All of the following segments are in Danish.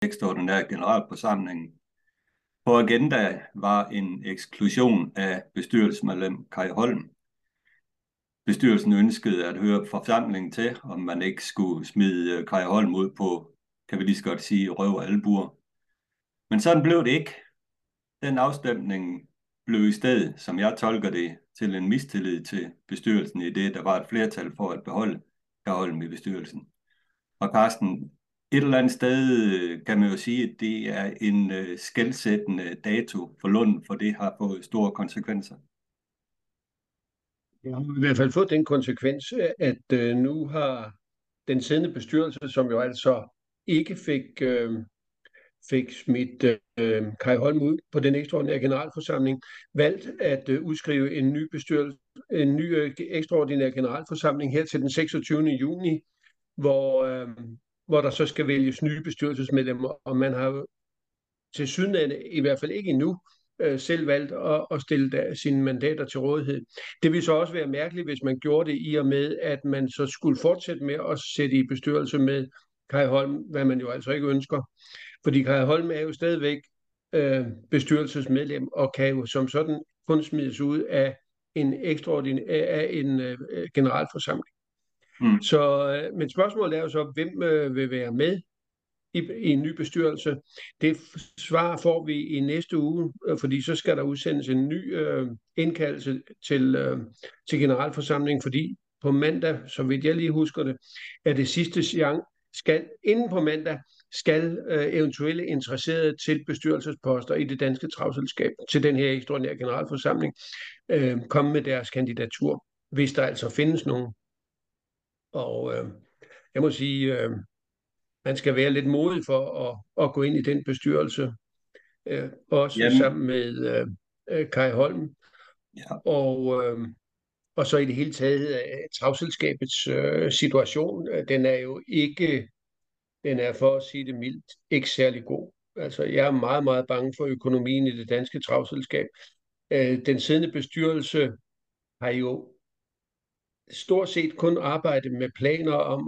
ekstraordinære generalforsamling. På agenda var en eksklusion af bestyrelsesmedlem Kai Holm. Bestyrelsen ønskede at høre forsamlingen til, om man ikke skulle smide Kai Holm ud på, kan vi lige så godt sige, røv og albuer. Men sådan blev det ikke. Den afstemning blev i stedet, som jeg tolker det, til en mistillid til bestyrelsen i det, der var et flertal for at beholde Kai Holm i bestyrelsen. Og Carsten, et eller andet sted kan man jo sige, at det er en skelsættende dato for Lund, for det har fået store konsekvenser. Jeg har i hvert fald fået den konsekvens, at nu har den siddende bestyrelse, som jo altså ikke fik smidt Kai Holm ud på den ekstraordinære generalforsamling, valgt at udskrive en ny ekstraordinær generalforsamling her til den 26. juni, hvor der så skal vælges nye bestyrelsesmedlemmer, og man har jo til sydenlande i hvert fald ikke endnu selv valgt at stille sine mandater til rådighed. Det ville så også være mærkeligt, hvis man gjorde det i og med, at man så skulle fortsætte med at sætte i bestyrelse med Kai Holm, hvad man jo altså ikke ønsker. Fordi Kai Holm er jo stadigvæk bestyrelsesmedlem og kan jo som sådan kun smides ud af en generalforsamling. Men spørgsmålet er jo så, hvem vil være med i en ny bestyrelse. Det svar får vi i næste uge, fordi så skal der udsendes en ny indkaldelse til generalforsamlingen, fordi på mandag, så vidt jeg lige husker det, er det sidste chance, inden på mandag skal eventuelle interesserede til bestyrelsesposter i det danske travselskab til den her ekstraordinære generalforsamling komme med deres kandidatur, hvis der altså findes nogen. Og jeg må sige, man skal være lidt modig for at gå ind i den bestyrelse, også sammen med Kai Holm. Ja. Og så i det hele taget travselskabets situation, den er jo ikke, den er for at sige det mildt, ikke særlig god. Altså jeg er meget, meget bange for økonomien i det danske travselskab. Den siddende bestyrelse har jo stort set kun arbejdet med planer om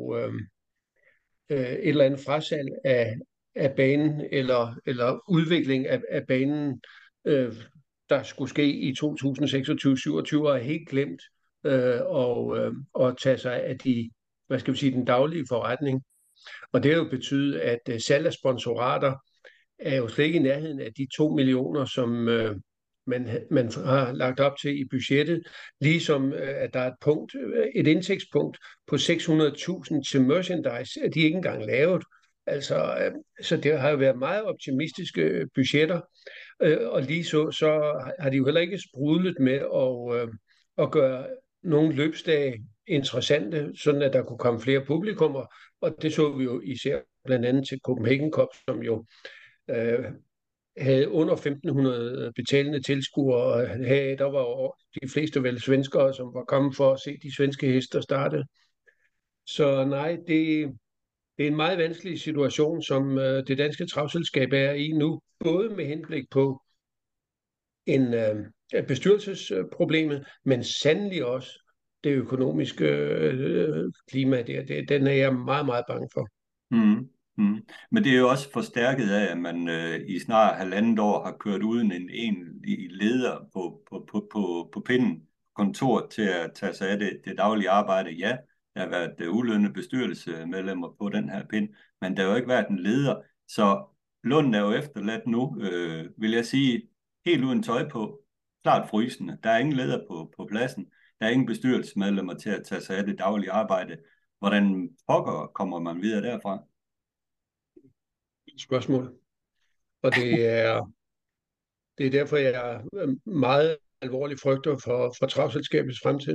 et eller andet frasalg af banen eller udvikling af banen, der skulle ske i 2026-27, og er helt glemt at tage sig af den daglige forretning. Og det har jo betydet, at salg af sponsorater er jo slet ikke i nærheden af de 2 millioner, som man har lagt op til i budgettet, ligesom at der er et indtægtspunkt på 600.000 til merchandise, at de ikke engang lavet. Altså, så det har jo været meget optimistiske budgetter, og lige så har de jo heller ikke sprudlet med at gøre nogle løbsdage interessante, sådan at der kunne komme flere publikummer, og det så vi jo især blandt andet til Copenhagen Cup, som jo havde under 1.500 betalende tilskuere, og der var jo de fleste vel svenskere, som var kommet for at se de svenske heste starte. Så nej, det er en meget vanskelig situation, som det danske travselskab er i nu, både med henblik på bestyrelsesproblemet, men sandelig også det økonomiske klima der. Den er jeg meget, meget bange for. Men det er jo også forstærket af, at man i snart 1,5 år har kørt uden en egentlig leder på pinden, kontor til at tage sig af det daglige arbejde. Ja, der har været ulønnede bestyrelsesmedlemmer på den her pind, men der har jo ikke været en leder. Så Lund er jo efterladt nu, vil jeg sige, helt uden tøj på, klart frysende. Der er ingen leder på pladsen. Der er ingen bestyrelsesmedlemmer til at tage sig af det daglige arbejde. Hvordan pokker kommer man videre derfra? Spørgsmål. Og det er derfor, jeg meget alvorligt frygter for travselskabets fremtid.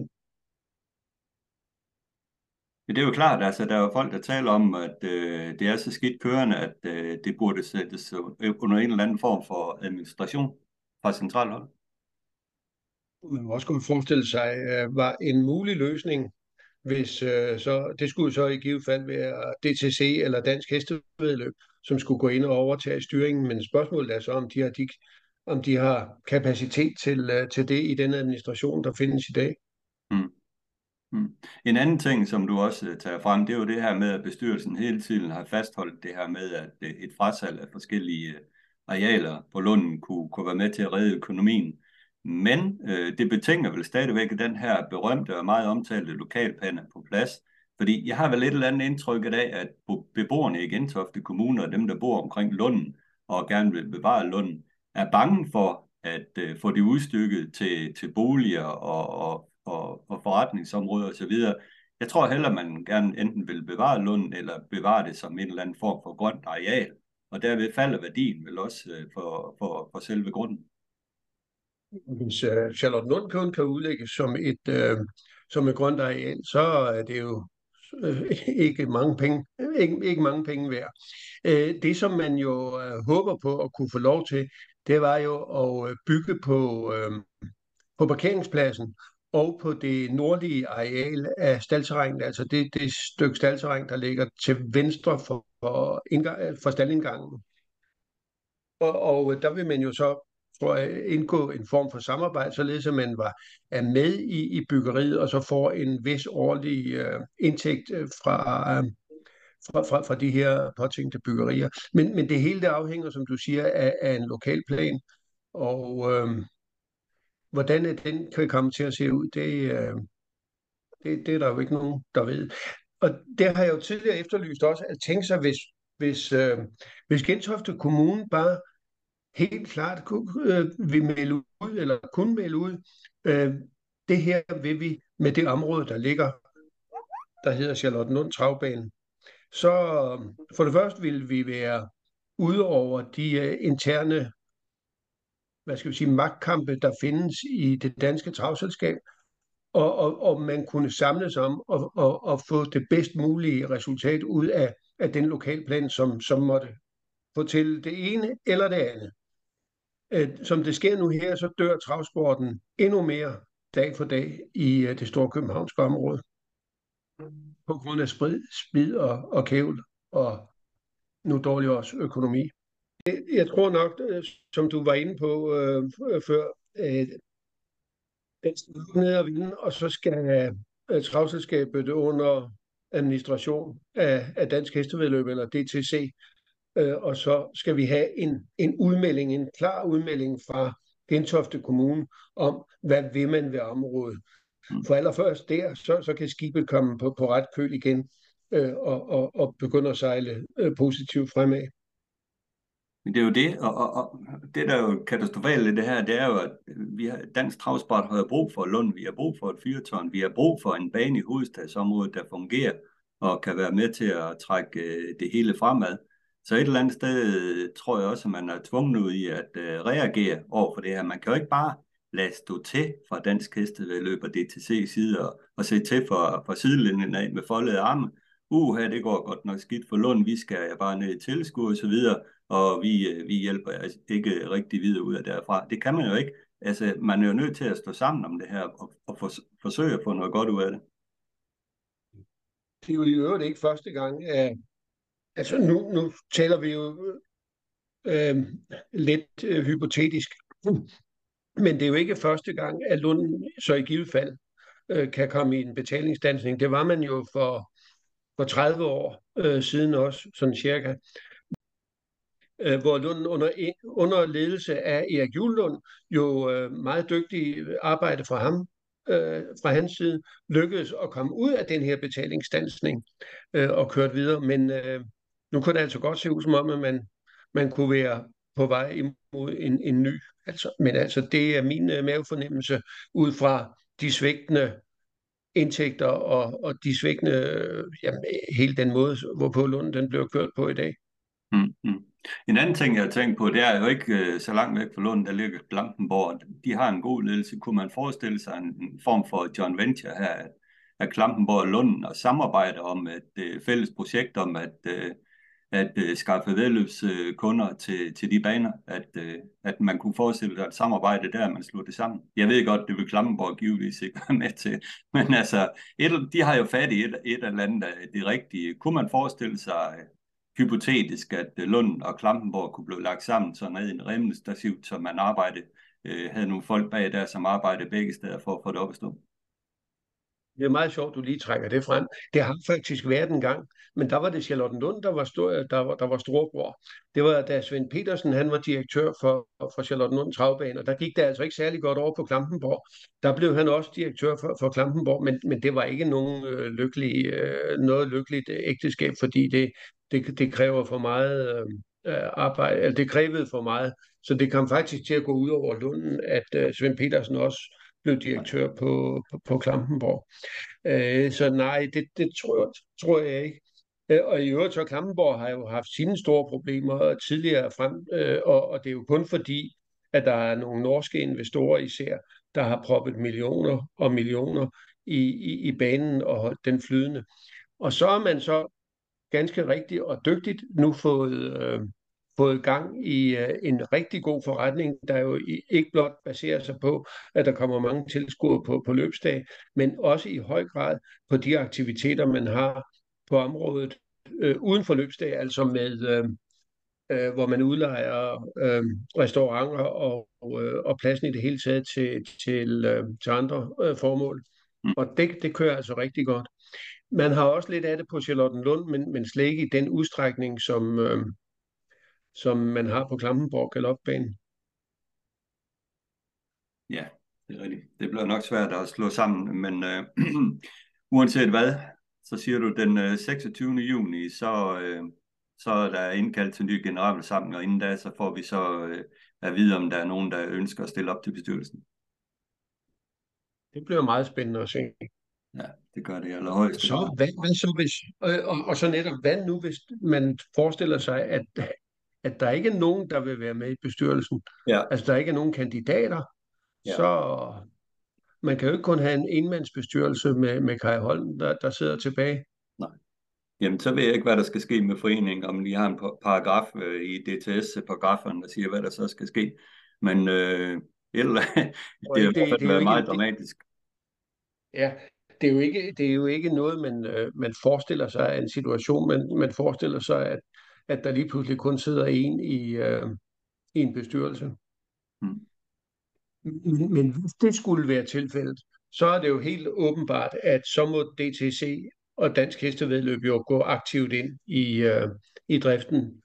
Det er jo klart, altså der er jo folk, der taler om, at det er så skidt kørende, at det burde sættes under en eller anden form for administration fra centralhold. Man må også godt forestille sig, var en mulig løsning, hvis så det skulle så i givet fald være DTC eller Dansk Hestevæddeløb, som skulle gå ind og overtage styringen. Men spørgsmålet er så, om de har kapacitet til det i den administration, der findes i dag. En anden ting, som du også tager frem, det er jo det her med, at bestyrelsen hele tiden har fastholdt det her med, at et frasalg af forskellige arealer på Lunden kunne være med til at redde økonomien. Men det betinger vel stadigvæk den her berømte og meget omtalte lokalplan er på plads. Fordi jeg har vel et eller andet indtryk af, at beboerne i Gentofte Kommune og dem, der bor omkring Lunden og gerne vil bevare Lunden, er bange for at få det udstykket til boliger og forretningsområder osv. Jeg tror hellere, man gerne enten vil bevare Lunden eller bevare det som en eller anden form for grønt areal. Og derved falder værdien vel også for selve grunden. Hvis Charlottenlund kun kan udlægges som et grønt areal, så er det jo ikke mange penge værd. Det, som man jo håber på at kunne få lov til, det var jo at bygge på parkeringspladsen og på det nordlige areal af staldterrænet, altså det stykke staldterræn, der ligger til venstre for staldindgangen. Og der vil man jo så, tror jeg, indgå en form for samarbejde, således at man er med i byggeriet, og så får en vis årlig indtægt fra de her påtænkte byggerier. Men det hele det afhænger, som du siger, af en lokalplan, og hvordan den kan komme til at se ud, det er der jo ikke nogen, der ved. Og det har jeg jo tidligere efterlyst også, at tænke sig, hvis Gentofte Kommune bare helt klart vil melde ud, eller kun melde ud, det her vil vi med det område, der ligger, der hedder Charlottenlund Travbane. Så for det første vil vi være ude over de interne, hvad skal vi sige, magtkampe, der findes i det danske travselskab, og man kunne samles om og få det bedst mulige resultat ud af den lokalplan, som måtte få til det ene eller det andet. Som det sker nu her, så dør travsporten endnu mere dag for dag i det store københavnske område. På grund af spild og kævl, og nu dårlig også økonomi. Jeg tror nok, som du var inde på før, den skal ned og vinde, og så skal travselskabet under administration af Dansk Hestevæddeløb, eller DTC, og så skal vi have en klar udmelding fra Gentofte Kommune om, hvad vil man ved området. For allerførst der, så kan skibet komme på ret køl igen og begynde at sejle positivt fremad. Men det er jo det, og det der er jo katastrofalt i det her, det er jo, at dansk travsport har brug for Lund, vi har brug for et fyrtårn, vi har brug for en bane i hovedstadsområdet, der fungerer og kan være med til at trække det hele fremad. Så et eller andet sted tror jeg også, at man er tvunget ud i at reagere over for det her. Man kan jo ikke bare lade stå til fra Dansk Hestevæddeløb og DTC side og se til fra sidelinjen af med foldede arme. Her det går godt nok skidt for Lund, vi skal bare ned i tilskud og så videre, og vi hjælper ikke rigtig videre ud af derfra. Det kan man jo ikke. Altså, man er jo nødt til at stå sammen om det her og forsøge at få noget godt ud af det. Det er jo i øvrigt ikke første gang. Altså nu taler vi jo lidt hypotetisk, men det er jo ikke første gang, at Lund så i givet fald kan komme i en betalingsstandsning. Det var man jo for 30 år siden også, sådan cirka, hvor Lund under ledelse af Erik Juellund, jo meget dygtig arbejde fra ham, fra hans side, lykkedes at komme ud af den her betalingsstandsning og kørt videre. Men nu kunne det altså godt se ud som om, at man kunne være på vej imod en ny. Men altså, det er min mavefornemmelse ud fra de svigtende indtægter og de svigtende, hele den måde, hvorpå Lund den blev kørt på i dag. En anden ting, jeg har tænkt på, det er jo ikke så langt væk fra Lund, der ligger Klampenborg. De har en god ledelse. Kunne man forestille sig en form for joint venture her af Klampenborg og Lund og samarbejde om et fælles projekt om at skaffe væddeløbskunder til de baner, at man kunne forestille sig et samarbejde der, man slog det sammen. Jeg ved godt, det vil Klampenborg givetvis ikke være med til, men altså, de har jo fat i et eller andet af det rigtige. Kunne man forestille sig hypotetisk, at Lund og Klampenborg kunne blive lagt sammen sådan administrativt, så man havde nogle folk bag der, som arbejdede begge steder for at få det op at stå? Det er meget sjovt, du lige trækker det frem. Det har faktisk været en gang, men der var det Charlottenlund, der var storebror. Det var da Svend Petersen, han var direktør for Charlottenlund Travbane, og der gik det altså ikke særlig godt over på Klampenborg. Der blev han også direktør for Klampenborg, men det var ikke noget lykkeligt ægteskab, fordi det kræver for meget arbejde, eller det krævede for meget, så det kom faktisk til at gå ud over Lunden, at Svend Petersen også blev direktør på Klampenborg. Så nej, det tror jeg ikke. Og i øvrigt så Klampenborg har jo haft sine store problemer tidligere frem, og det er jo kun fordi, at der er nogle norske investorer især, der har proppet millioner og millioner i banen og holdt den flydende. Og så er man så ganske rigtigt og dygtigt nu fået gang i en rigtig god forretning, der jo ikke blot baserer sig på, at der kommer mange tilskuere på løbsdag, men også i høj grad på de aktiviteter, man har på området uden for løbsdag, altså hvor man udlejer restauranter og pladsen i det hele taget til andre formål. Og det kører altså rigtig godt. Man har også lidt af det på Charlottenlund, men slet ikke i den udstrækning, som man har på Klampenborg Galopbanen. Ja, det er rigtigt. Det bliver nok svært at slå sammen, men uanset hvad, så siger du den 26. juni, så er der indkaldt til en ny generalforsamling, og inden da, så får vi så at vide, om der er nogen, der ønsker at stille op til bestyrelsen. Det bliver meget spændende at se. Ja, det gør det i allerhøjeste grad. Så hvad så hvis, og så netop, hvad nu hvis man forestiller sig, at der ikke er nogen, der vil være med i bestyrelsen? Ja. Altså der ikke er nogen kandidater, så man kan jo ikke kun have en enmandsbestyrelse med Kai Holm, der sidder tilbage. Nej. Jamen, så ved jeg ikke, hvad der skal ske med foreningen, om de har en paragraf i DTS-paragrafen, der siger, hvad der så skal ske. Men det har i hvert fald været meget dramatisk. Ja, det er jo ikke noget, man forestiller sig af en situation, men man forestiller sig, at der lige pludselig kun sidder en i en bestyrelse. Men hvis det skulle være tilfældet, så er det jo helt åbenbart, at så må DTC og Dansk Hestevæddeløb jo gå aktivt ind i driften,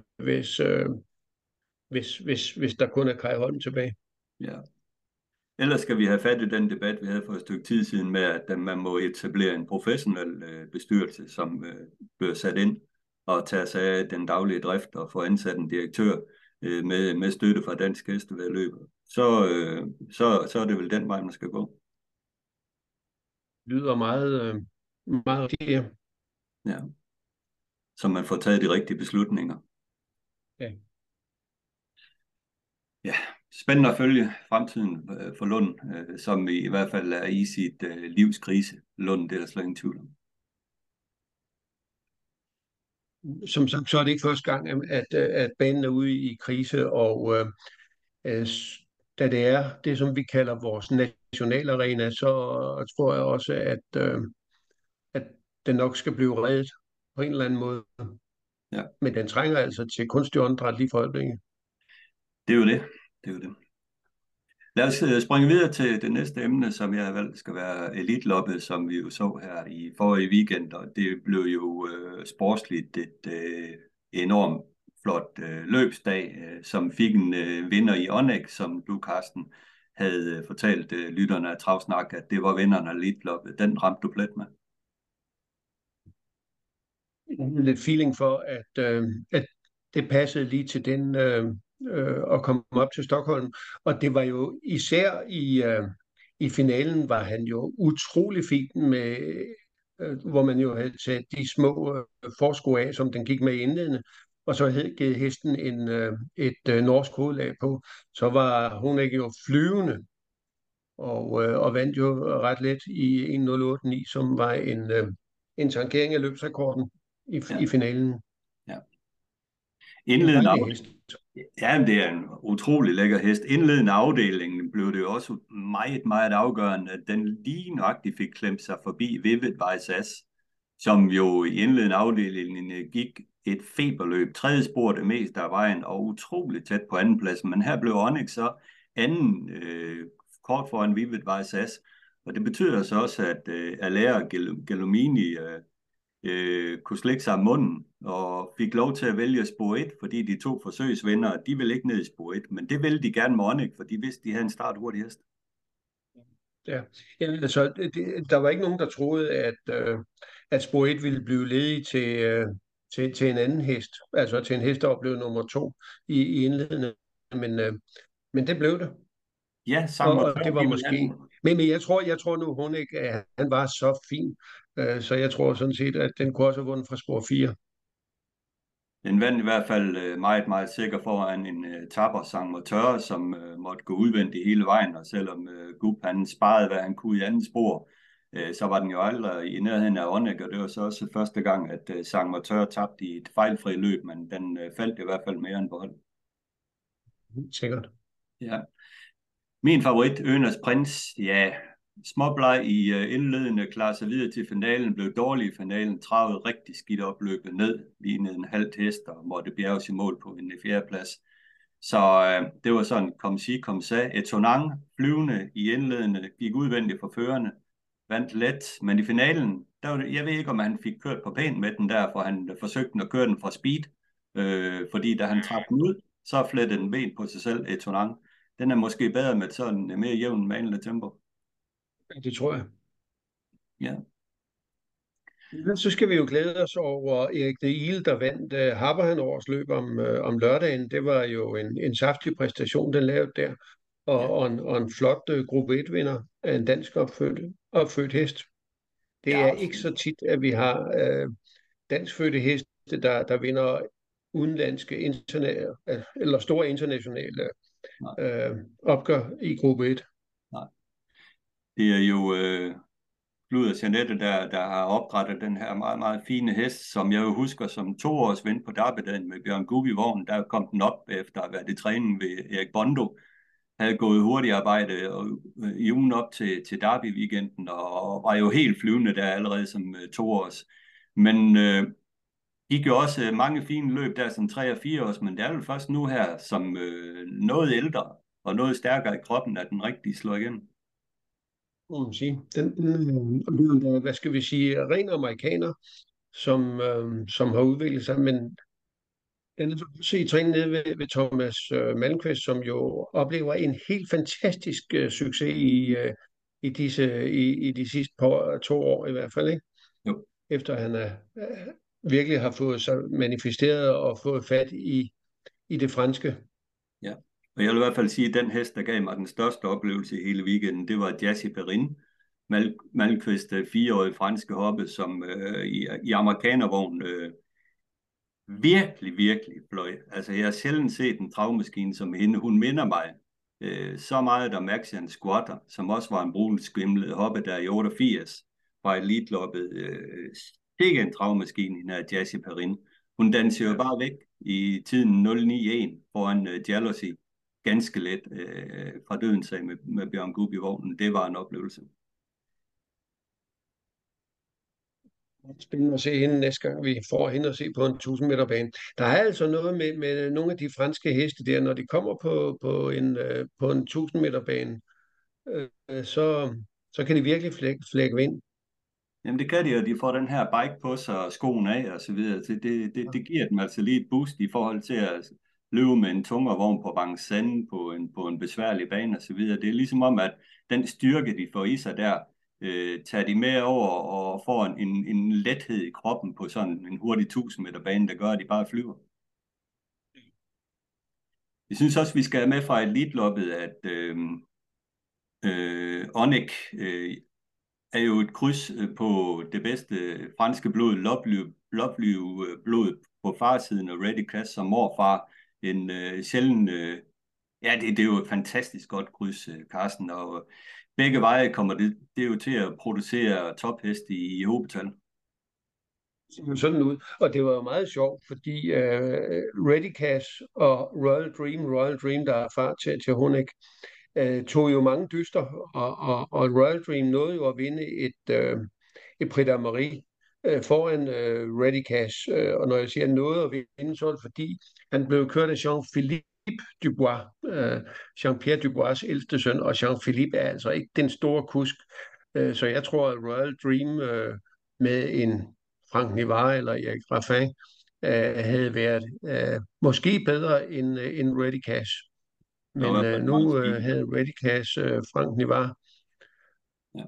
hvis der kun er Kai Holm tilbage. Ja. Ellers skal vi have fat i den debat, vi havde for et stykke tid siden med, at man må etablere en professionel bestyrelse, som bliver sat ind og tager sig af den daglige drift og få ansat en direktør med støtte fra Dansk Hestevæddeløb. Så er det vel den vej, man skal gå. Lyder meget rigtigt. Ja. Så man får taget de rigtige beslutninger. Ja. Ja, spændende at følge fremtiden for Lund, som i hvert fald er i sit livs krise. Lund, det er der slet ingen tvivl om. Som sagt, så er det ikke første gang, at banen er ude i krise, og da det er det, som vi kalder vores nationalarena, så tror jeg også, at den nok skal blive reddet på en eller anden måde. Ja. Men den trænger altså til kunstig åndedræt lige for øjeblikket. Det er jo det. Lad os springe videre til det næste emne, som jeg har valgt skal være Elitloppet, som vi jo så her i forrige weekend, og det blev jo sportsligt et enormt flot løbsdag, som fik en vinder i Onyx, som du, Carsten, havde fortalt lytterne af Travsnak, at det var vinderen af Elitloppet. Den ramte du plet med. Lidt feeling for, at det passede lige til den at komme op til Stockholm. Og det var jo især i finalen var han jo utrolig fint med, hvor man jo havde taget de små forsko af, som den gik med i indledende, og så havde givet hesten et norsk hovedlag på. Så var hun ikke jo flyvende, og vandt jo ret let i 1:08.9, som var en tangering af løbsrekorden i finalen. Ja. Ja, det er en utrolig lækker hest. Indledende afdelingen blev det jo også meget, meget afgørende, at den lige nøjagtigt fik klemt sig forbi Vivid Vice As, som jo i indledende afdelingen gik et feberløb. Tredje spor det meste af vejen og utroligt tæt på andenpladsen. Men her blev Onyx så anden kort foran Vivid Vice As. Og det betyder så også, at Allaire og Gelomini kunne slikke sig om munden og fik lov til at vælge spor 1, fordi de to forsøgsvenner, de ville ikke ned i spor 1, men det ville de gerne med Onyx, for de vidste, de havde en starthurtig hest. Ja, jamen, altså, der var ikke nogen, der troede, at spor 1 ville blive ledig til en anden hest, altså til en hest, der blev nummer 2 i indledende, men det blev det. Ja, sammen med Og det var måske... han. Men jeg tror nu, hun ikke, at han var så fin, så jeg tror sådan set, at den kunne også have vundet fra spor 4. Den vandt i hvert fald meget, meget sikker foran en tapper Sang Moteur, som måtte gå udvendigt hele vejen, og selvom Gup han sparede, hvad han kunne i andet spor, så var den jo aldrig i nærheden af Onyx, og det var så også første gang, at Sang Moteur tabte i et fejlfri løb, men den faldt i hvert fald mere end på hold. Sikkert. Ja. Min favorit, Øners Prins, ja, småbleg i indledende klasse videre til finalen, blev dårlig i finalen, travede rigtig skidt opløbet ned, lignede en halvt hest og måtte bjerges i mål på en 4. plads. Så det var sådan, kom sa. Etonang, flyvende i indledende, gik udvendigt for førerne, vandt let, men i finalen, jeg ved ikke, om han fik kørt på pænt med den der, for han forsøgte at køre den fra speed, fordi da han trak den ud, så flettede den ben på sig selv, Etonang. Den er måske bedre med sådan en mere jævn manglende tempo. Det tror jeg. Ja. Så skal vi jo glæde os over Erik de Ile, der vandt Haberhan års løb om lørdagen. Det var jo en saftig præstation, den lavede der. Og en flot gruppe 1-vinder af en dansk opfødt hest. Det er ikke så tit, at vi har danskfødte heste, der vinder udenlandske eller store internationale opgør i gruppe 1. Nej. Det er jo Lud og Jeanette, der har opdrettet den her meget, meget fine hest, som jeg jo husker som 2-års ven på Derbydagen med Bjørn Gub i vognen. Der kom den op efter at have været i træning ved Erik Bondo. Havde gået hurtigt arbejde i ugen op til Derby-weekenden, og var jo helt flyvende der allerede som 2-års. Men gik jo også mange fine løb der som 3- og 4-års, men det er jo først nu her som noget ældre og noget stærkere i kroppen, at den rigtig slår igennem. Sige. Hvad skal vi sige, ren amerikaner, som har udviklet sig, men den er så i træning nede ved Thomas Malmqvist, som jo oplever en helt fantastisk succes i de sidste 2 år i hvert fald, ikke? Jo. Efter han virkelig har fået sig manifesteret og fået fat i det franske. Ja, og jeg vil i hvert fald sige, at den hest, der gav mig den største oplevelse i hele weekenden, det var Jazzy Perrin, Malmqvist 4-årige franske hoppe, som i amerikanervogn virkelig, virkelig fløj. Altså, jeg har sjældent set en travmaskine som hende. Hun minder mig så meget om Maxian Squatter, som også var en brunskvimlet hoppe der i 88 fra elitloppet. Ikke en travmaskine, hende her Jazzy Perrin. Hun danser jo bare væk i tiden 09.1 foran Jealousy. Ganske let fra dødens sag med Bjørn Gub i vognen. Det var en oplevelse. Spændende at se hende næste gang, vi får hende at se på en 1000 meter bane. Der er altså noget med nogle af de franske heste der, når de kommer på en 1000 meter bane, så kan de virkelig flække vind. Jamen det kan de, og de får den her bike på sig og skoen af og så videre. Det giver dem altså lige et boost i forhold til at løbe med en tungere vogn på Vincennes på en besværlig bane og så videre. Det er ligesom om, at den styrke, de får i sig der, tager de med over og får en lethed i kroppen på sådan en hurtig 1000 meter bane, der gør, at de bare flyver. Jeg synes også, vi skal have med fra elitloppet, at Onyx er jo et kryds på det bedste franske blod, blod på farsiden og Ready Cash som morfar. En sjælden, ja det er jo et fantastisk godt kryds, Carsten, og begge veje kommer det er jo til at producere topheste i hovedtal. Sådan ud. Og det var jo meget sjovt, fordi Ready Cash og Royal Dream, der er far til Honeck, tog jo mange dyster, og Royal Dream nåede jo at vinde et Prix d'Amérique foran Ready Cash. Og når jeg siger nåede at vinde, så er det fordi, han blev kørt af Jean-Philippe Dubois, Jean-Pierre Dubois' ældste søn, og Jean-Philippe er altså ikke den store kusk. Så jeg tror, at Royal Dream med en Frank Navarre eller Erik Raffin havde været måske bedre end Ready Cash. Det var i Men hvert fald en meget nu fin. havde Ready Cash Frank Navarre, Ja.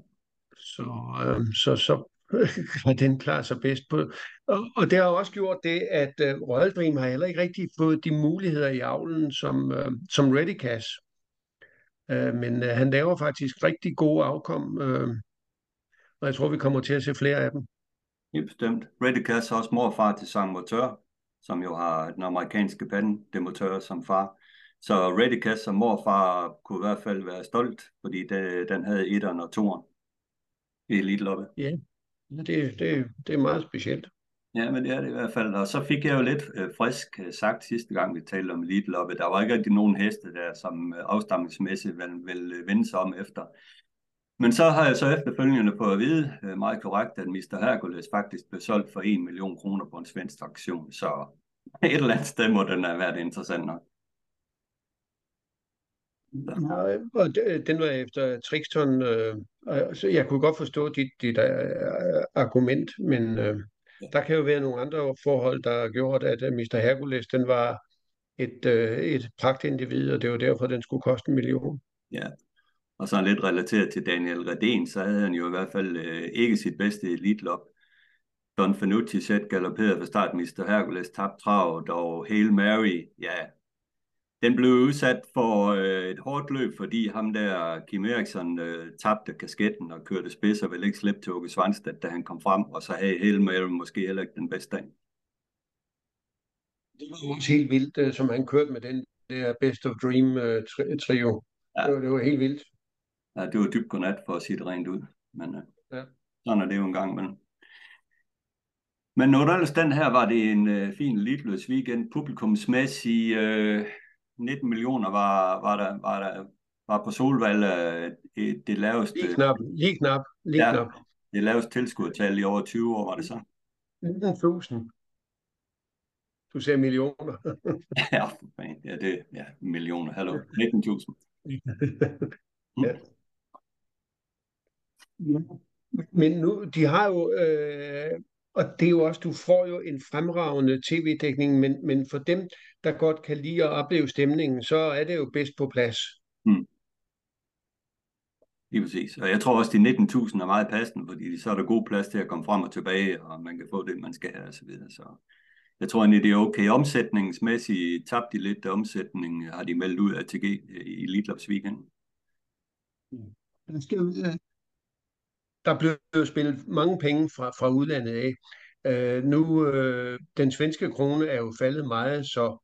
så kan den klare sig bedst på. Og det har også gjort det, at Royal Dream har heller ikke rigtig fået de muligheder i avlen, som Ready Cash. Men han laver faktisk rigtig gode afkom, og jeg tror, vi kommer til at se flere af dem. Helt bestemt. Reddy Cass er også morfar til Sang Motør, som jo har den amerikanske bandemotør som far. Så Reddy Cass som morfar kunne i hvert fald være stolt, fordi den havde etteren og toeren i Elite Loppe. Ja, det er meget specielt. Ja, men det er det i hvert fald. Og så fik jeg jo lidt frisk sagt sidste gang, vi talte om Elite Loppe. Der var ikke rigtig nogen heste der, som afstamningsmæssigt vil vende sig om efter. Men så har jeg så efterfølgende fået at vide, meget korrekt, at Mr. Hercules faktisk blev solgt for 1 million kroner på en svensk auktion. Så et eller andet sted må den have været interessant nok. Nej, og den var efter Trixton, så jeg kunne godt forstå dit argument, men der kan jo være nogle andre forhold, der har gjort, at Mr. Hercules, den var et pragtindivid, og det var derfor, den skulle koste 1 million. Ja, og så lidt relateret til Daniel Redén, så havde han jo i hvert fald ikke sit bedste elitlop. Don Fanucci set galopperede fra start, Mr. Hercules tabte travet, og Hail Mary, ja, den blev udsat for et hårdt løb, fordi ham der, Kim Eriksson, tabte kasketten og kørte spids og ville ikke slippe til Åke Svanstedt, da han kom frem, og så havde Hail Mary måske heller ikke den bedste dag. Det var også helt vildt, som han kørte med den der Best of Dream trio. Ja. Det var helt vildt. Ja, det var dybt godnat for at sige det rent ud, men Ja. sådan er det jo en gang imellem. Men når ellers den her var det en fin lidløs weekend, publikumsmæssigt 19 millioner var på Solvalla det laveste. Lige knap. Det laveste tilskuertal i over 20 år, var det så? 19.000. Du sagde millioner. Ja, for fanden. Ja, millioner. Hallo, 19.000. Ja. Men nu, de har jo, og det er jo også, du får jo en fremragende tv-dækning, men for dem, der godt kan lide at opleve stemningen, så er det jo bedst på plads. Lige præcis. Og jeg tror også, de 19.000 er meget passende, fordi så er der god plads til at komme frem og tilbage, og man kan få det, man skal have, og så videre. Så jeg tror egentlig, det er okay. Omsætningsmæssigt tabte de lidt af omsætning, har de meldt ud af ATG i Elite Lops weekend. Der blev jo spillet mange penge fra udlandet af. Nu, den svenske krone er jo faldet meget, så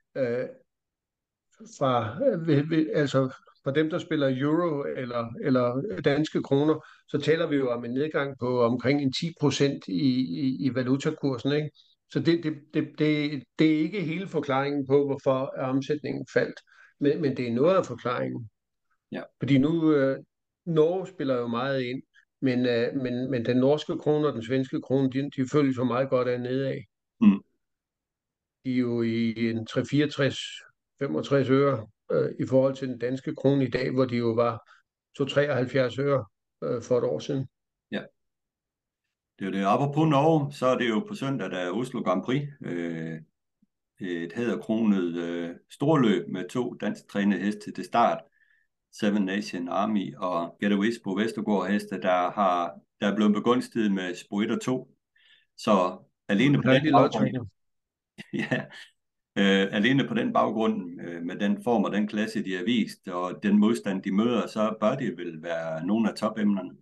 altså for dem, der spiller euro eller danske kroner, så taler vi jo om en nedgang på omkring en 10% i valutakursen, ikke? Så det er ikke hele forklaringen på, hvorfor omsætningen faldt, men det er noget af forklaringen. Ja. Fordi nu, Norge spiller jo meget ind, men den norske krone og den svenske krone, de følger så meget godt af nedad. De er jo i en 3,64-65 øre i forhold til den danske krone i dag, hvor de jo var 2,73 øre for et år siden. Ja. Det er det. Apropos Norge, så er det jo på søndag, der er Oslo Grand Prix. Et hæderkronet storløb med 2 dansk trænede heste til start. Seven Nation Army og Get Away på Vestergaard heste, der er blevet begunstiget med Spor 1 og 2. Så alene på den baggrund, ja, alene på den baggrund med den form og den klasse, de har vist, og den modstand, de møder, så bør det vel være nogle af topemnerne.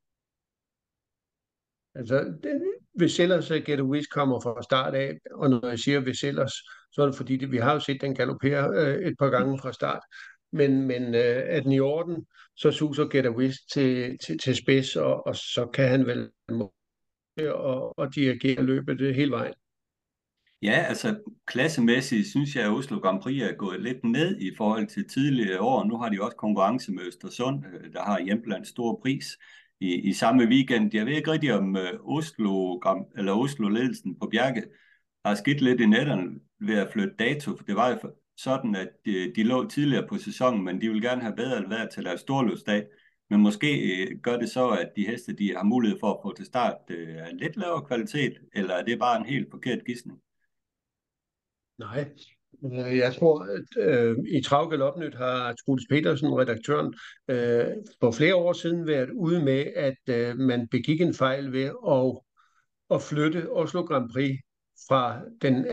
Altså, hvis ellers Get Away kommer fra start af, og når jeg siger hvis ellers, så er det fordi, vi har jo set den galoppere et par gange fra start. Men er den i orden, så suser Get Away til spids, og så kan han vel og dirigere løbet hele vejen. Ja, altså klassemæssigt synes jeg, at Oslo Grand Prix er gået lidt ned i forhold til tidligere år. Nu har de også konkurrence med Østersund, der har hjemblandt stor pris i samme weekend. Jeg ved ikke rigtig, om Oslo-ledelsen på Bjerke har skidt lidt i netterne ved at flytte dato. For det var jo sådan, at de lå tidligere på sæsonen, men de vil gerne have bedre vejr til deres storløbsdag. Men måske gør det så, at de heste, de har mulighed for at få til start lidt lavere kvalitet, eller er det bare en helt forkert gidsning? Nej, jeg tror, at i Travgalopnyt har Troels Petersen, redaktøren, for flere år siden været ude med, at man begik en fejl ved at flytte Oslo Grand Prix fra den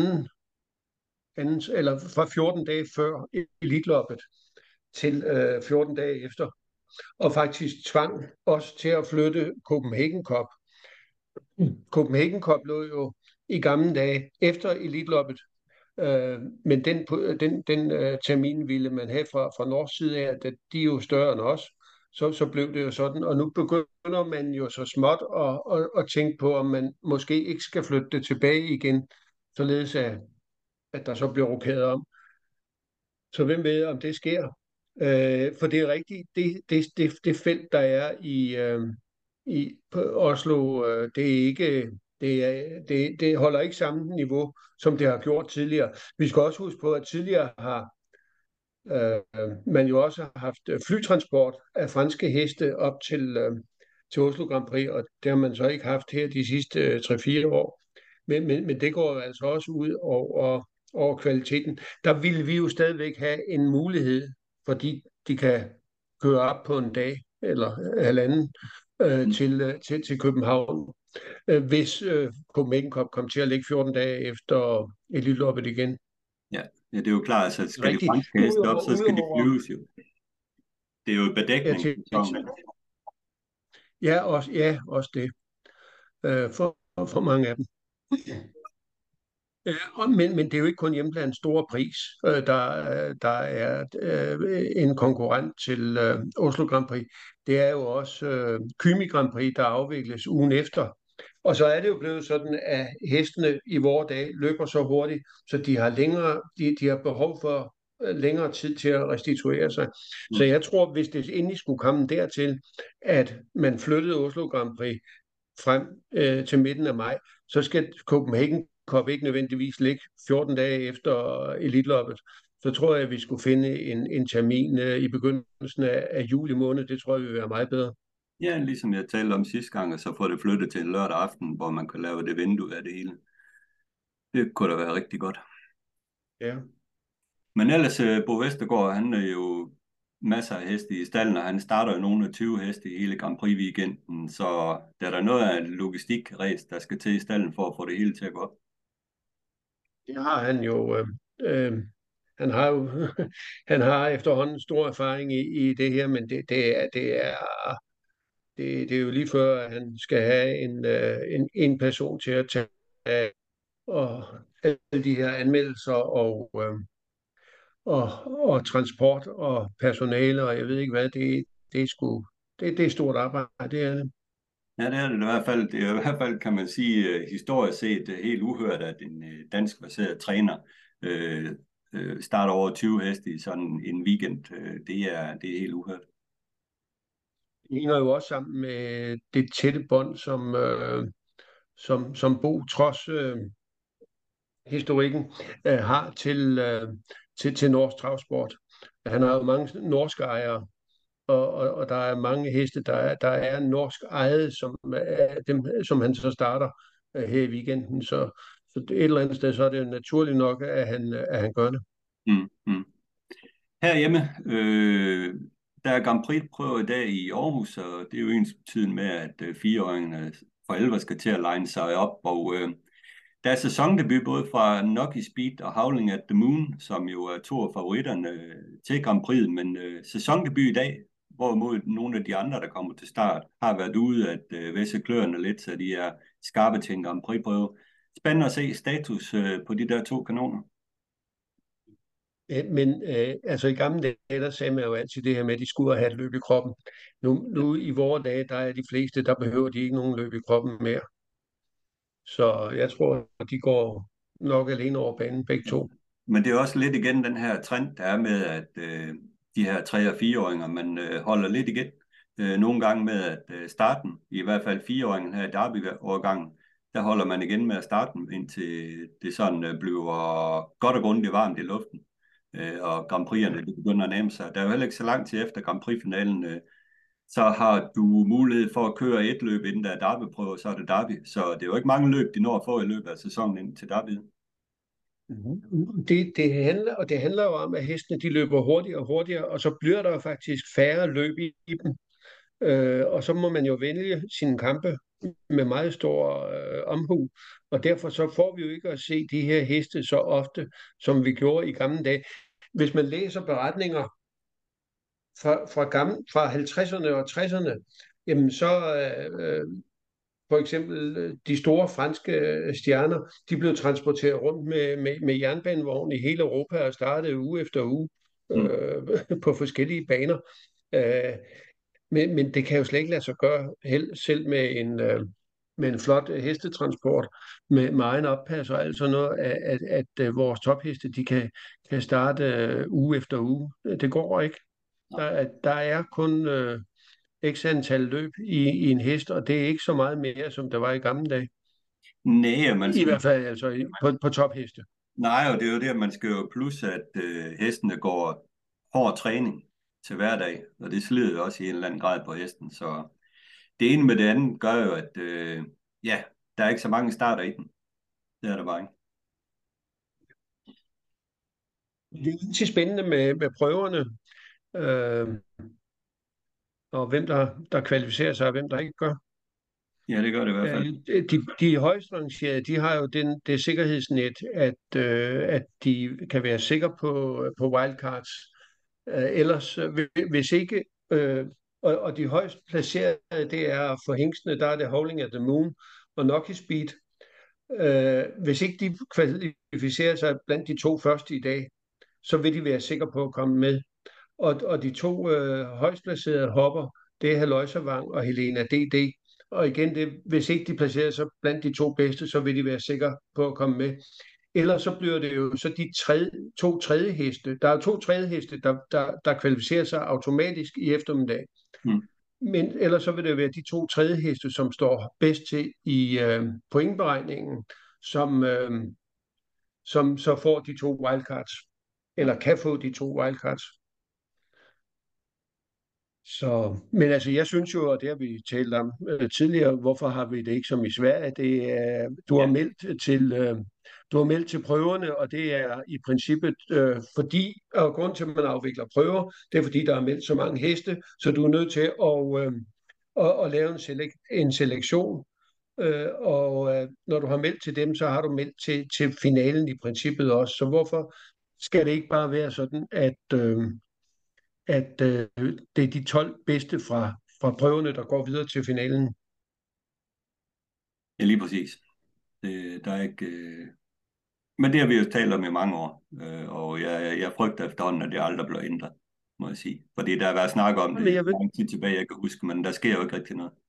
anden eller fra 14 dage før Elitloppet til 14 dage efter, og faktisk tvang os til at flytte Copenhagen Cup. Copenhagen Cup lå jo i gamle dage efter Elitloppet, men den termin ville man have fra norsk side af, at de er jo større end os. Så blev det jo sådan, og nu begynder man jo så småt at tænke på, om man måske ikke skal flytte det tilbage igen, således at der så bliver rokeret om. Så hvem ved, om det sker? For det er rigtigt, det felt, der er i på Oslo, det er ikke, det holder ikke samme niveau, som det har gjort tidligere. Vi skal også huske på, at tidligere har man jo også haft flytransport af franske heste op til Oslo Grand Prix, og det har man så ikke haft her de sidste 3-4 år. Men det går jo altså også ud over kvaliteten. Der ville vi jo stadigvæk have en mulighed, fordi de kan køre op på en dag eller halvanden til København, hvis Copenhagen Cup kom til at ligge 14 dage efter Elitloppet igen. Ja, ja, det er jo klart, altså skal de Rigtigt. franske heste op, så skal de flyves jo. Det er jo Ja, bedækning. også det. For mange af dem. Men det er jo ikke kun hjemmeplan store pris, der er en konkurrent til Oslo Grand Prix. Det er jo også Kymi Grand Prix, der afvikles ugen efter. Og så er det jo blevet sådan, at hestene i vore dage løber så hurtigt, så de har behov for længere tid til at restituere sig. Så jeg tror, hvis det endelig skulle komme dertil, at man flyttede Oslo Grand Prix frem til midten af maj, så skal Copenhagen Cup ikke nødvendigvis ligge 14 dage efter Elitloppet. Så tror jeg, at vi skulle finde en termin i begyndelsen af juli måned. Det tror jeg vil være meget bedre. Ja, ligesom jeg talte om sidste gang, og så får det flyttet til en lørdag aften, hvor man kan lave det vindue af det hele. Det kunne da være rigtig godt. Ja. Men ellers, Bo Vestergaard, han er jo masser af heste i stallen, og han starter jo nogle af 20 heste i hele Grand Prix-weekenden, så der er der noget af en logistikræs, der skal til i stallen for at få det hele til at gå op. Det har han jo. Han har jo han har efterhånden stor erfaring i det her, men det er jo lige før, at han skal have en person til at tage og alle de her anmeldelser og transport og personale, og jeg ved ikke hvad, det er sgu, det er stort arbejde, det er det. Ja, det er det i hvert fald. Det er i hvert fald, kan man sige, historisk set helt uhørt, at en dansk-baseret træner starter over 20 heste i sådan en weekend. Det er helt uhørt. Det hænger jo også sammen med det tætte bånd, som Bo, trods historikken, har til norsk travsport. Han har jo mange norske ejere, og der er mange heste, der er norsk ejet, som han så starter her i weekenden. Så et eller andet sted, så er det naturligt nok, at han gør det. Mm, mm. Herhjemme, der er Grand Prix-prøve i dag i Aarhus, og det er jo ens betydning med, at 4-åringene for alvor skal til at line sig op, og der er sæsondebut både fra Nucky Speed og Howling at the Moon, som jo er to af favoritterne til Grand Prix, men sæsondebut i dag, hvorimod nogle af de andre, der kommer til start, har været ude at væsse kløerne lidt, så de er skarpe til en Grand Prix-prøve. Spændende at se status på de der to kanoner. Men altså i gamle dage, der sagde man jo altid det her med, at de skulle have et løb i kroppen. Nu i vore dage, der er de fleste, der behøver de ikke nogen løb i kroppen mere. Så jeg tror, at de går nok alene over banen, begge to. Men det er også lidt igen den her trend, der er med, at de her 3- og 4-åringer, man holder lidt igen. Nogle gange med at starten, i hvert fald 4-åringen her i Derby-årgangen, der holder man igen med at starte indtil det sådan bliver godt og grundigt varmt i luften. Og Grand Prix'erne begynder at nærme sig. Der er jo heller ikke så lang tid efter Grand Prix-finalen så har du mulighed for at køre et løb, inden der er derbyprøver, så er det derby. Så det er jo ikke mange løb, de når at få i løbet af sæsonen ind til derby. Det handler jo om, at hestene de løber hurtigere og hurtigere, og så bliver der jo faktisk færre løb i dem. Og så må man jo vælge sine kampe med meget stor omhu, og derfor så får vi jo ikke at se de her heste så ofte, som vi gjorde i gamle dage. Hvis man læser beretninger fra 50'erne og 60'erne, jamen så for eksempel de store franske stjerner, de blev transporteret rundt med jernbanevogn i hele Europa og startede uge efter uge Mm. på forskellige baner. Øh, men det kan jo slet ikke lade sig gøre selv med en flot hestetransport med egen oppas og alt sådan noget, at vores topheste kan starte uge efter uge. Det går ikke. Der er kun x antal løb i en hest, og det er ikke så meget mere, som der var i gamle dage. Nej, man I skal, hvert fald altså på topheste. nej, og det er jo det, at man skal jo plus, at hestene går hård træning til hverdag, og det slider jo også i en eller anden grad på hesten. Så det ene med det andet gør jo, at ja, der er ikke så mange starter i den. Det er der bare ikke. Det er altid spændende med prøverne, øh, og hvem der kvalificerer sig, og hvem der ikke gør. Ja, det gør det i hvert fald. De højst rangerede, de har jo det sikkerhedsnet, at de kan være sikre på wildcards. Ellers, hvis ikke, og de højst placerede, det er for hængstene, der er det Howling at the Moon og Knocky Speed. Hvis ikke de kvalificerer sig blandt de to første i dag, så vil de være sikre på at komme med. Og de to højst placerede hopper, det er Haloisavang og Helena DD. Og igen, hvis ikke de placerer sig blandt de to bedste, så vil de være sikre på at komme med. Ellers så bliver det jo så de to tredje heste. Der er to tredje heste, der kvalificerer sig automatisk i eftermiddag. Mm. Men ellers så vil det jo være de to tredje heste, som står bedst til i pointberegningen, som så får de to wildcards, eller kan få de to wildcards. Så, men altså, jeg synes jo, og det har vi talt om tidligere, hvorfor har vi det ikke som i Sverige? Det er, du har meldt til prøverne, og det er i princippet fordi, og grund til, at man afvikler prøver, det er fordi, der er meldt så mange heste, så du er nødt til at lave en selektion. Når du har meldt til dem, så har du meldt til finalen i princippet også. Så hvorfor skal det ikke bare være sådan, at det er de 12 bedste fra prøverne, der går videre til finalen? Ja, lige præcis. Der er ikke... Men det har vi jo talt om i mange år, og jeg frygter efterhånden, at det aldrig bliver ændret, må jeg sige. Fordi der har været snak om det lang tid tilbage, jeg kan huske, men der sker jo ikke rigtig noget.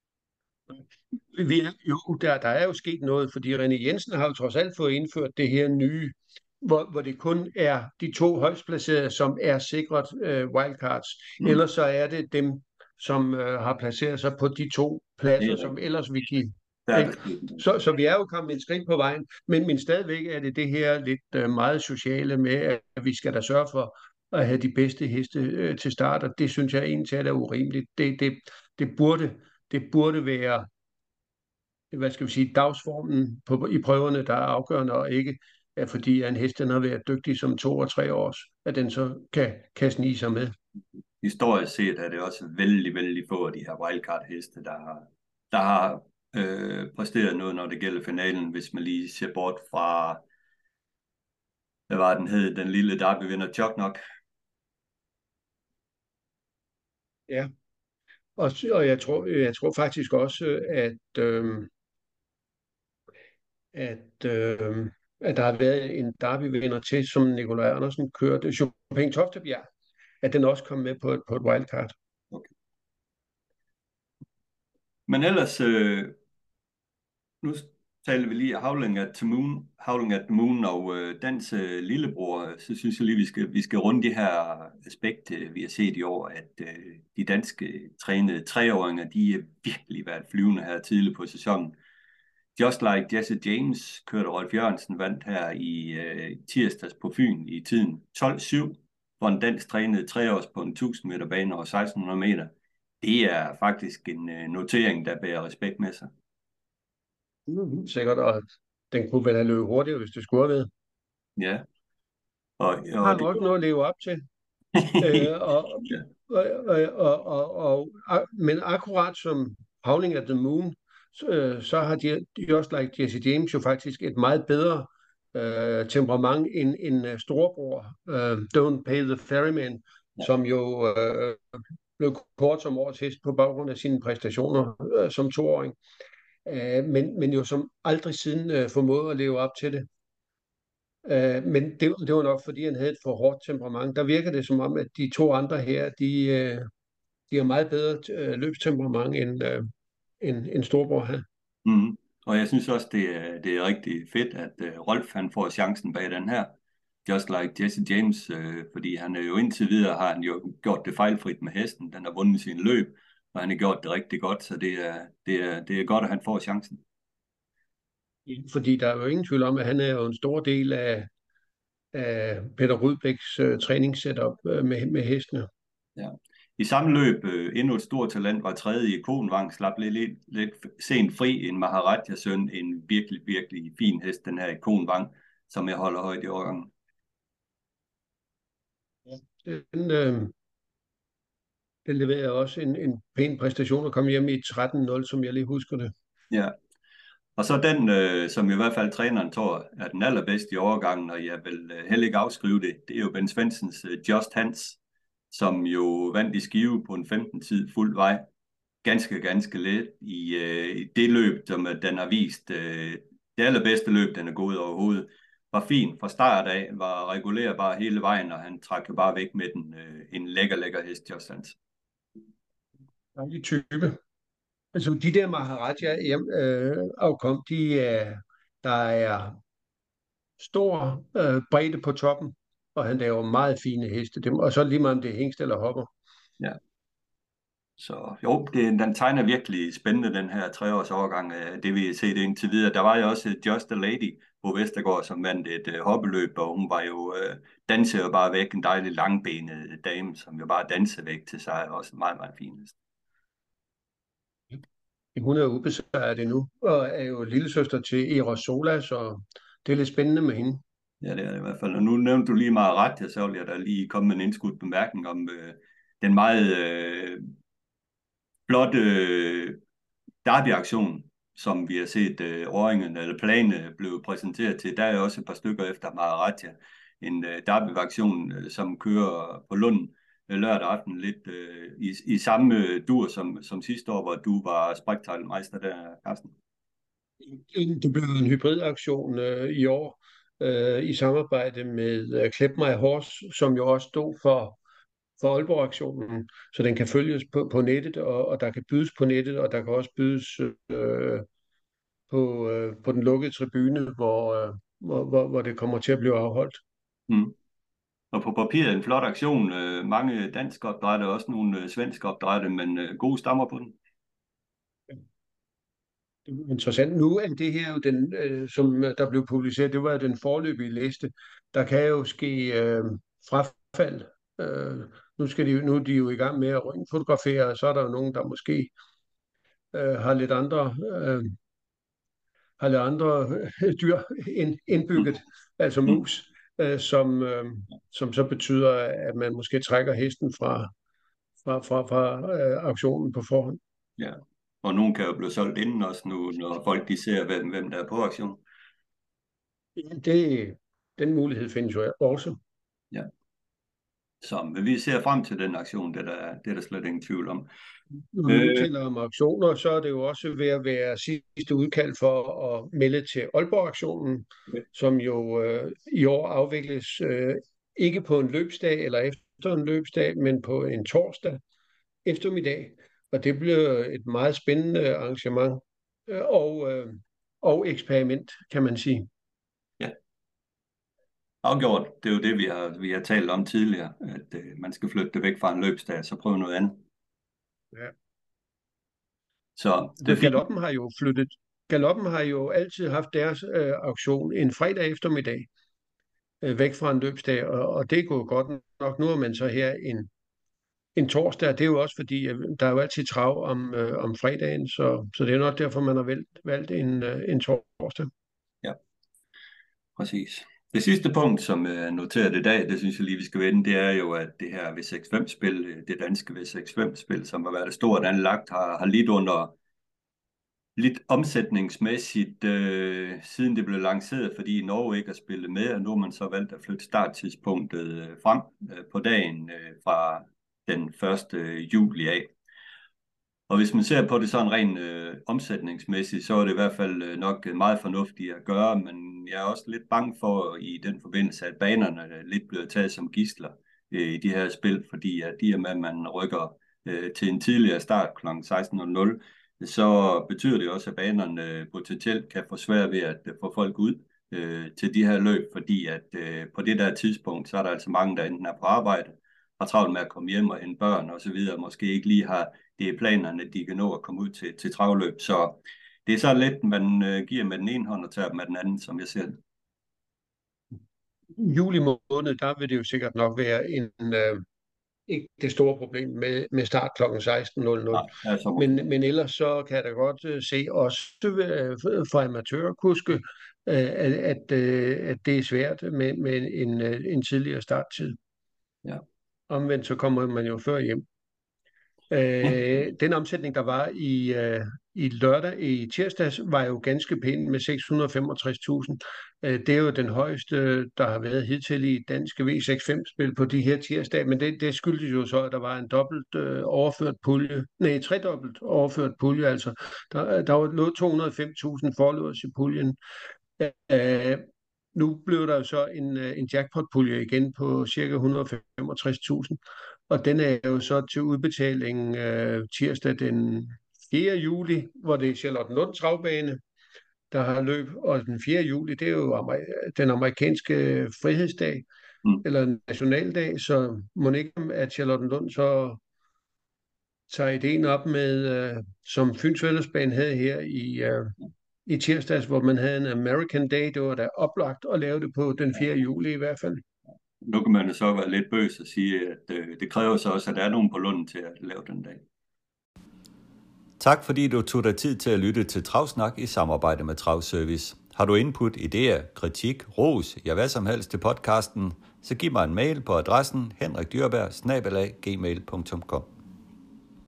Der er jo sket noget, fordi René Jensen har jo trods alt fået indført det her nye, hvor det kun er de to højst placerede, som er sikret wildcards. Ellers så er det dem, som har placeret sig på de to pladser, som ellers vi give. Så vi er jo kommet et skridt på vejen, men stadigvæk er det her lidt meget sociale med, at vi skal da sørge for at have de bedste heste til start, og det synes jeg egentlig er urimeligt. Det burde være, hvad skal vi sige, dagsformen i prøverne, der er afgørende, og ikke fordi en hest den har været dygtig som 2 og 3 års, at den så kan snige sig med. Historisk set er det også vældig, vældig få af de her wildcard-heste, der har præsteret noget, når det gælder finalen, hvis man lige ser bort fra, hvad var den hed, den lille derbyvinder Choknok. Ja, og jeg tror faktisk også, at der har været en derbyvinder til, som Nikolaj Andersen kørte, Chopin Toftebjerg, at den også kom med på et wildcard. Okay. Men ellers, nu taler vi lige Howling at the Moon og dans lillebror, så synes jeg lige, vi skal runde det her aspekt, vi har set i år, at de danske trænede 3-åringer, de er virkelig været flyvende her tidligt på sæsonen. Just Like Jesse James kørte Rolf Jørgensen vandt her i tirsdags på Fyn i tiden 12:07, hvor en dansk trænede 3 års på en 1000 meter bane over 1600 meter. Det er faktisk en notering, der bærer respekt med sig. Sikkert, og den kunne vel have løbet hurtigere, hvis det skulle have været. Ja, og Har det... også noget at leve op til. Øh, og, ja. men akkurat som Howling at the Moon, så har Just Like Jesse James jo faktisk et meget bedre temperament end storebror Don't Pay the Ferryman, Ja. som jo blev kort som årets hest på baggrund af sine præstationer som toåring, men jo som aldrig siden formåede at leve op til det. Men det var nok, fordi han havde et for hårdt temperament. Der virker det som om, at de to andre her, de har meget bedre løbstemperament end Storbror her. Mm. Og jeg synes også, det er rigtig fedt, at Rolf han får chancen bag den her. Just Like Jesse James, fordi han er jo indtil videre har han jo gjort det fejlfrit med hesten. Den har vundet sin løb, og han har gjort det rigtig godt, så det er godt, at han får chancen. Fordi der er jo ingen tvivl om, at han er jo en stor del af Peter Rudbæks træningssetup med hestene. Ja. I samme løb, endnu et stort talent, var tredje i Konvang, slap lidt sent fri, en Maharaja-søn, en virkelig, virkelig fin hest, den her i Konvang, som jeg holder højt i årgangen. Den, den leverer også en pæn præstation og kom hjem i 13-0, som jeg lige husker det. Ja, og så den, som i hvert fald træneren tror er den allerbedste i årgangen, og jeg vil heller ikke afskrive det, det er jo Ben Svensens Just Hans, som jo vandt i Skive på en 15-tid fuld vej. Ganske let i det løb, som den har vist. Det allerbedste løb, den er gået overhovedet. Var fin fra start af, var regulerbar hele vejen, og han trak jo bare væk med den. En lækker hest, Just Hans. Dejlig type. Altså de der Maharaja afkom, der er stor bredde på toppen, og han laver meget fine heste. Og så lige meget om det er hængst eller hopper. Ja. Så jo, den tegner virkelig spændende, den her 3-års overgang, det vi har set indtil videre. Der var jo også Just a Lady på Vestergaard, som vandt et hoppeløb, og hun var jo dansede jo bare væk, en dejlig langbenet dame, som jo bare dansede væk til sig, også meget, meget fin. Hun er ubesejret endnu, og er jo lillesøster til Eros Sola, så det er lidt spændende med hende. Ja, det er det i hvert fald. Og nu nævnte du lige meget ret, så vil jeg da lige komme med en indskudt bemærkning om den meget flotte derby-aktion, som vi har set åringen eller planene blev præsenteret til. Der er jo også et par stykker efter Maharaja. En derby-aktion, som kører på Lund lørdag aften, lidt i samme dur som sidste år, hvor du var spræktegnmeister der, Carsten. Det blev en hybridaktion i år i samarbejde med Klep My Horse, som jo også stod for Aalborg-aktionen, så den kan følges på nettet, og der kan bydes på nettet, og der kan også bydes på den lukkede tribune, hvor det kommer til at blive afholdt. Mm. Og på papiret en flot aktion. Mange danske opdrætte, også nogle svenske opdrætte, men gode stammer på den. Det er interessant. Nu er det her jo den, som der blev publiceret, det var den foreløbige liste. Der kan jo ske frafald. Nu er de jo i gang med at røntgenfotografere, og så er der jo nogen, der måske har lidt andre dyr indbygget, altså mus, som så betyder, at man måske trækker hesten fra auktionen på forhånd. Ja, og nogen kan jo blive solgt inden også nu, når folk de ser, hvem der er på auktion. Den mulighed findes jo også. Ja. Så vi ser frem til den aktion, det er der slet ingen tvivl om. Når vi nu taler om auktioner, så er det jo også ved at være sidste udkald for at melde til Aalborg-aktionen, som jo i år afvikles ikke på en løbsdag eller efter en løbsdag, men på en torsdag eftermiddag. Og det bliver et meget spændende arrangement og eksperiment, kan man sige. Ja, afgjort. Det er jo det, vi har talt om tidligere, at man skal flytte det væk fra en løbsdag, og så prøve noget andet. Ja. Så det er Galoppen har jo altid haft deres auktion en fredag eftermiddag væk fra en løbsdag, og det er gået godt nok. Nu er man så her en torsdag. Det er jo også fordi, at der er jo altid trav om fredagen, så det er nok derfor, man har valgt en torsdag. Ja, præcis. Det sidste punkt, som er noteret i dag, det synes jeg lige, vi skal vende, det er jo, at det her V65-spil, det danske V65-spil, som har været stort anlagt, har lidt omsætningsmæssigt, siden det blev lanceret, fordi Norge ikke har spillet med, og nu har man så valgt at flytte starttidspunktet frem på dagen fra den 1. juli af. Og hvis man ser på det sådan rent omsætningsmæssigt, så er det i hvert fald nok meget fornuftigt at gøre, men jeg er også lidt bange for i den forbindelse, at banerne lidt bliver taget som gidsler i de her spil, fordi at i og med, at man rykker til en tidligere start kl. 16.00, så betyder det også, at banerne potentielt kan få svært ved at få folk ud til de her løb, fordi at på det der tidspunkt, så er der altså mange, der enten er på arbejde, har travlt med at komme hjem og hente børn og så videre, måske ikke lige har det er planerne, de kan nå at komme ud til travløb. Så det er så lidt, man giver med den ene hånd og tager med den anden, som jeg ser det. Juli måned, der vil det jo sikkert nok være ikke det store problem med start kl. 16.00. Men ellers så kan jeg da godt se også for amatørkuske, at det er svært med en tidligere starttid. Ja. Omvendt så kommer man jo før hjem. Den omsætning, der var i lørdag, i tirsdags, var jo ganske pæn med 665.000. Det er jo den højeste, der har været hidtil i danske V65-spil på de her tirsdage, men det skyldes jo så, at der var en tredobbelt overført pulje, altså. Der lå 205.000 forlås i puljen. Nu blev der jo så en jackpot-pulje igen på ca. 165.000, og den er jo så til udbetaling tirsdag den 4. juli, hvor det er Charlottenlund Travbane, der har løb, og den 4. juli, det er jo den amerikanske frihedsdag, eller nationaldag, så må ikke, at Charlottenlund så tager ideen op med, som Fyns Fællesbane havde her i tirsdags, hvor man havde en American Day. Det var da oplagt at lave det på den 4. juli i hvert fald. Nu kan man jo så være lidt bøs og sige, at det kræver så også, at der er nogen på Lunden til at lave den dag. Tak fordi du tog dig tid til at lytte til Travsnak i samarbejde med Travservice. Har du input, idéer, kritik, ros, ja hvad som helst til podcasten, så giv mig en mail på adressen henrikdyrberg@gmail.com.